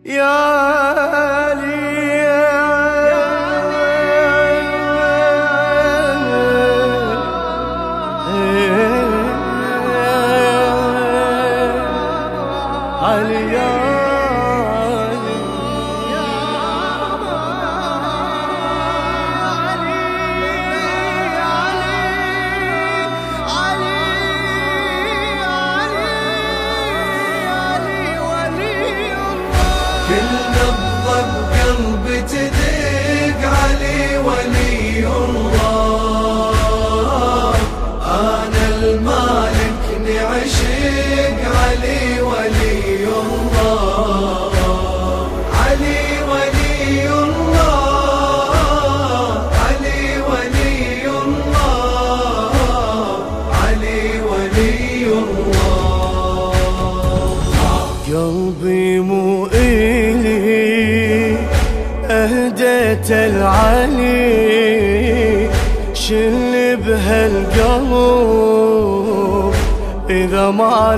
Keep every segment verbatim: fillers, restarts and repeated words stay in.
يا علي علي يا كل نبضة بقلبي تدق علي ولي الله، أنا المالك نعشق علي ولي الله، علي ولي الله، علي ولي الله، علي ولي الله. قلبي مو أهديت العلي شل بهالقلب إذا ما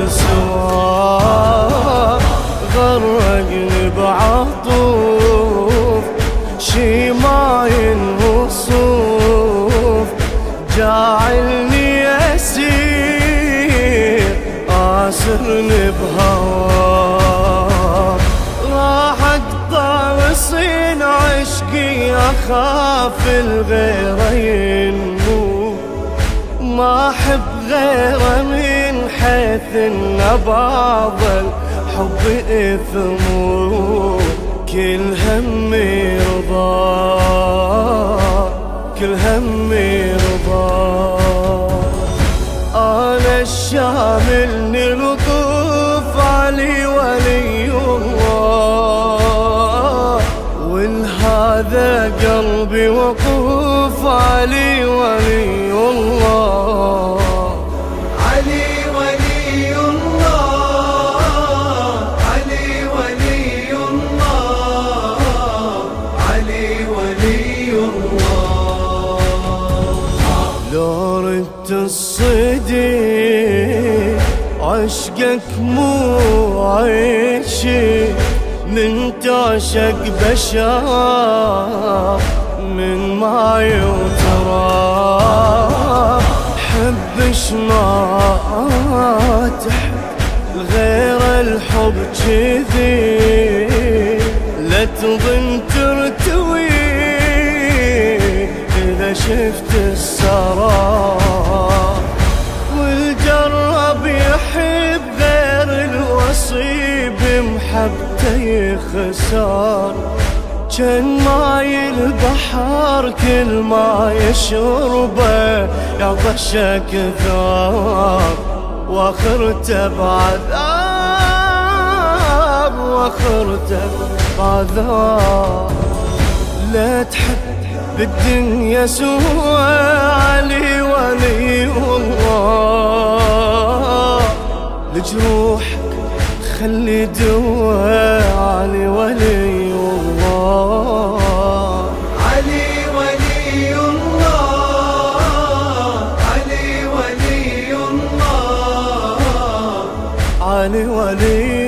للسواه غرقني بعطوف شي ما ينوصف جاعلني أسير آسرني بهواه راح أقطع وصين عشقي أخاف الغيره ينمو ما أحب غيره من حيث إن بعض الحب إثمه كل همي رضا كل همي رضا أنا الشاملني لطوف علي ولي الله ولهذا قلبي وقوف علي ولي الله علي ولي الله، علي ولي الله، علي ولي الله. لو ردت الصديق عشقك مو عيشي من تعشق بشر من ماي وتراب حبش ما تحب غير الحب جذي لا تظن ترتوي إذا شفت السراب والجرب يحب غير الوصي بمحبته يخسر كان ماي البحر كل ما يشربه يعطشك كثار واخرته بعذاب واخرته بعذاب لا تحب بالدنيا سوى علي ولي الله لجروحك خلي دوا علي ولي الله علي ولي الله، علي ولي الله، علي ولي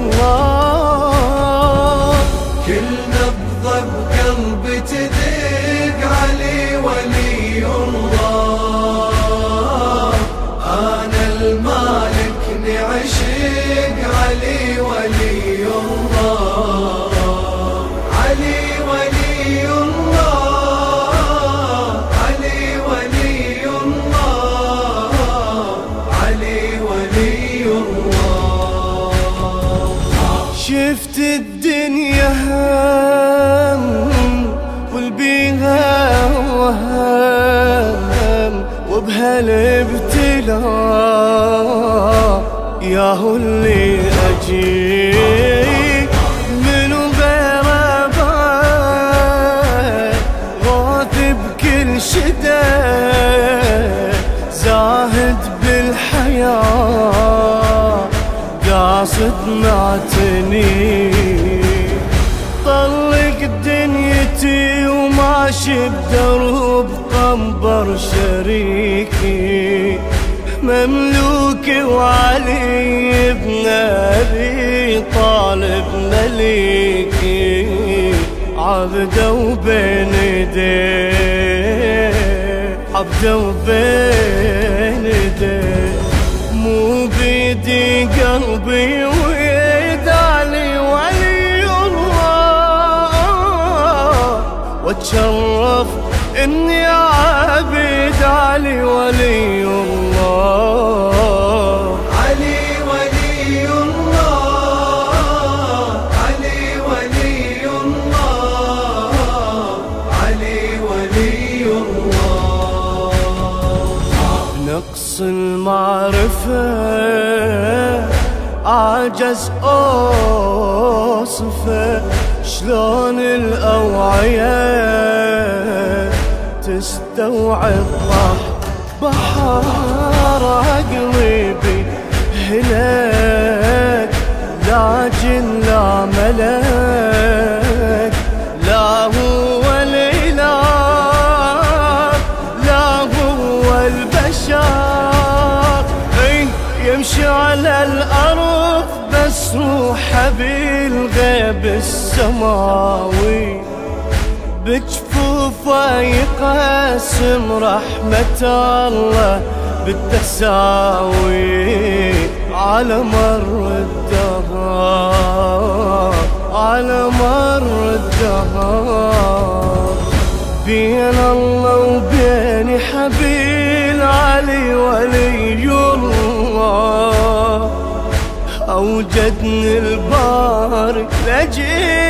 الله كل نبضة بقلبي تدق علي ولي الله، أنا المالك نعشق علي ولي الله، علي ولي الله، علي ولي الله، علي ولي الله. شفت الدنيا هم والبيها وهم وبهالابتلاء ياهو اللي اجيك منو غيره بعد غاث بكل شدة زاهد بالحياة قاصد معتني طلق دنيتي وماشي بدرب قنبر شريكي مملوك وعلي بن أبي طالب مليكي عبده وبين يديه عبده وبين يديه مو بيدي قلبي ويدعلي ولي الله واتشرف اني عبد علي ولي الله علي ولي الله علي ولي الله علي ولي الله نقص المعرفة عجز أوصفه شلون الأوعية تستوعب راح بحر قلبي هلك لكن لا ملك لا هو الإله لا هو البشر يمشي على الأرض بس روحه بالغيب السماوي بجفوفه يقسم رحمة الله بالتساوي على مر الدهر على مر الدهر بين الله وبين حبيل علي ولي الله أوجدني الباري لجيل